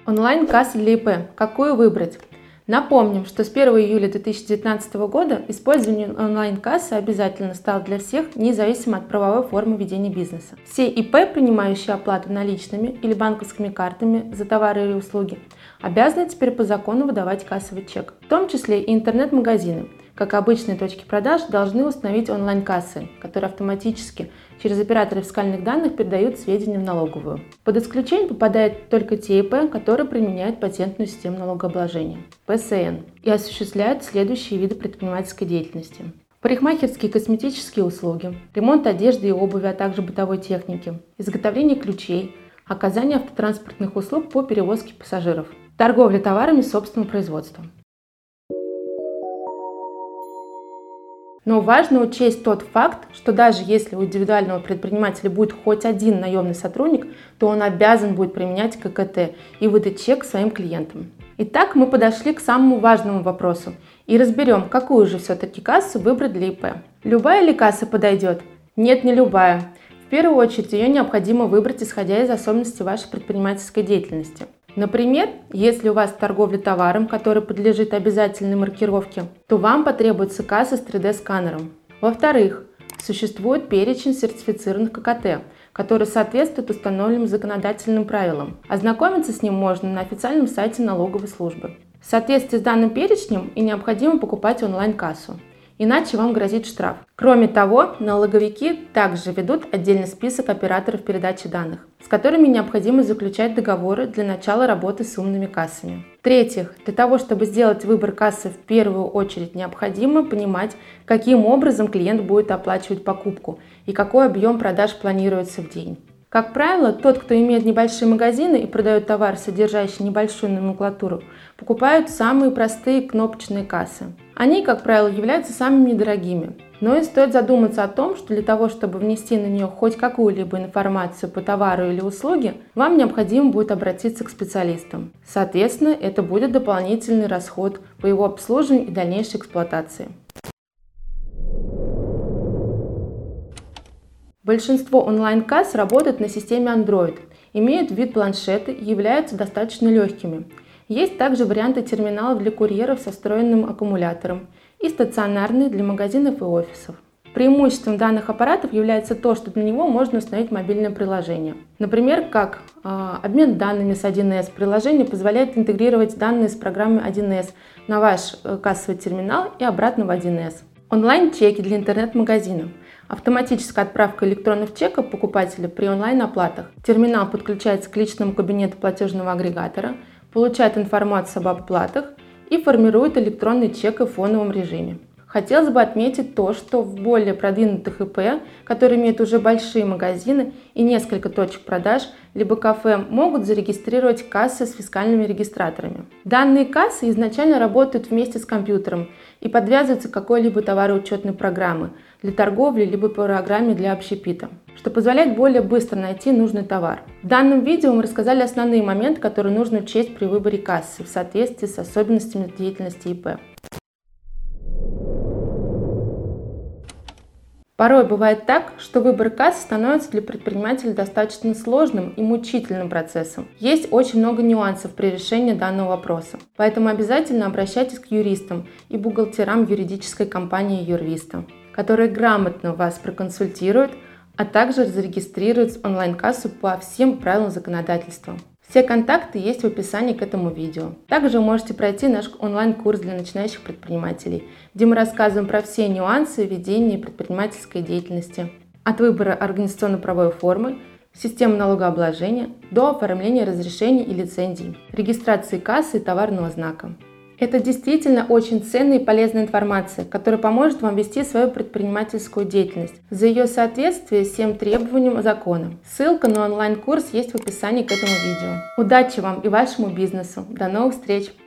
Онлайн-касса для ИП. Какую выбрать? Напомним, что с 1 июля 2019 года использование онлайн-кассы обязательно стало для всех, независимо от правовой формы ведения бизнеса. Все ИП, принимающие оплату наличными или банковскими картами за товары или услуги, обязаны теперь по закону выдавать кассовый чек. В том числе и интернет-магазины, как обычные точки продаж, должны установить онлайн-кассы, которые автоматически через операторы фискальных данных передают сведения в налоговую. Под исключение попадают только те ИП, которые применяют патентную систему налогообложения ПСН и осуществляют следующие виды предпринимательской деятельности: парикмахерские и косметические услуги, ремонт одежды и обуви, а также бытовой техники, изготовление ключей, оказание автотранспортных услуг по перевозке пассажиров, торговля товарами собственного производства. Но важно учесть тот факт, что даже если у индивидуального предпринимателя будет хоть один наемный сотрудник, то он обязан будет применять ККТ и выдать чек своим клиентам. Итак, мы подошли к самому важному вопросу и разберем, какую же все-таки кассу выбрать для ИП. Любая ли касса подойдет? Нет, не любая. В первую очередь ее необходимо выбрать, исходя из особенностей вашей предпринимательской деятельности. Например, если у вас торговля товаром, который подлежит обязательной маркировке, то вам потребуется касса с 3D-сканером. Во-вторых, существует перечень сертифицированных ККТ, который соответствует установленным законодательным правилам. Ознакомиться с ним можно на официальном сайте налоговой службы. В соответствии с данным перечнем и необходимо покупать онлайн-кассу, иначе вам грозит штраф. Кроме того, налоговики также ведут отдельный список операторов передачи данных, с которыми необходимо заключать договоры для начала работы с умными кассами. В-третьих, для того, чтобы сделать выбор кассы, в первую очередь необходимо понимать, каким образом клиент будет оплачивать покупку и какой объем продаж планируется в день. Как правило, тот, кто имеет небольшие магазины и продает товар, содержащий небольшую номенклатуру, покупают самые простые кнопочные кассы. Они, как правило, являются самыми недорогими. Но и стоит задуматься о том, что для того, чтобы внести на нее хоть какую-либо информацию по товару или услуге, вам необходимо будет обратиться к специалистам. Соответственно, это будет дополнительный расход по его обслуживанию и дальнейшей эксплуатации. Большинство онлайн-касс работают на системе Android, имеют вид планшета и являются достаточно легкими. Есть также варианты терминалов для курьеров со встроенным аккумулятором и стационарные для магазинов и офисов. Преимуществом данных аппаратов является то, что на него можно установить мобильное приложение. Например, как обмен данными с 1С. Приложение позволяет интегрировать данные с программы 1С на ваш кассовый терминал и обратно в 1С. Онлайн-чеки для интернет-магазинов. Автоматическая отправка электронных чеков покупателя при онлайн-оплатах. Терминал подключается к личному кабинету платежного агрегатора, получает информацию об оплатах и формирует электронный чек в фоновом режиме. Хотелось бы отметить то, что в более продвинутых ИП, которые имеют уже большие магазины и несколько точек продаж, либо кафе, могут зарегистрировать кассы с фискальными регистраторами. Данные кассы изначально работают вместе с компьютером и подвязываются к какой-либо товароучетной программе для торговли, либо программе для общепита, что позволяет более быстро найти нужный товар. В данном видео мы рассказали основные моменты, которые нужно учесть при выборе кассы в соответствии с особенностями деятельности ИП. Порой бывает так, что выбор кассы становится для предпринимателя достаточно сложным и мучительным процессом. Есть очень много нюансов при решении данного вопроса, поэтому обязательно обращайтесь к юристам и бухгалтерам юридической компании Юрвиста, которые грамотно вас проконсультируют, а также зарегистрируют онлайн-кассу по всем правилам законодательства. Все контакты есть в описании к этому видео. Также вы можете пройти наш онлайн-курс для начинающих предпринимателей, где мы рассказываем про все нюансы ведения предпринимательской деятельности. От выбора организационно-правовой формы, системы налогообложения до оформления разрешений и лицензий, регистрации кассы и товарного знака. Это действительно очень ценная и полезная информация, которая поможет вам вести свою предпринимательскую деятельность за ее соответствие всем требованиям закона. Ссылка на онлайн-курс есть в описании к этому видео. Удачи вам и вашему бизнесу! До новых встреч!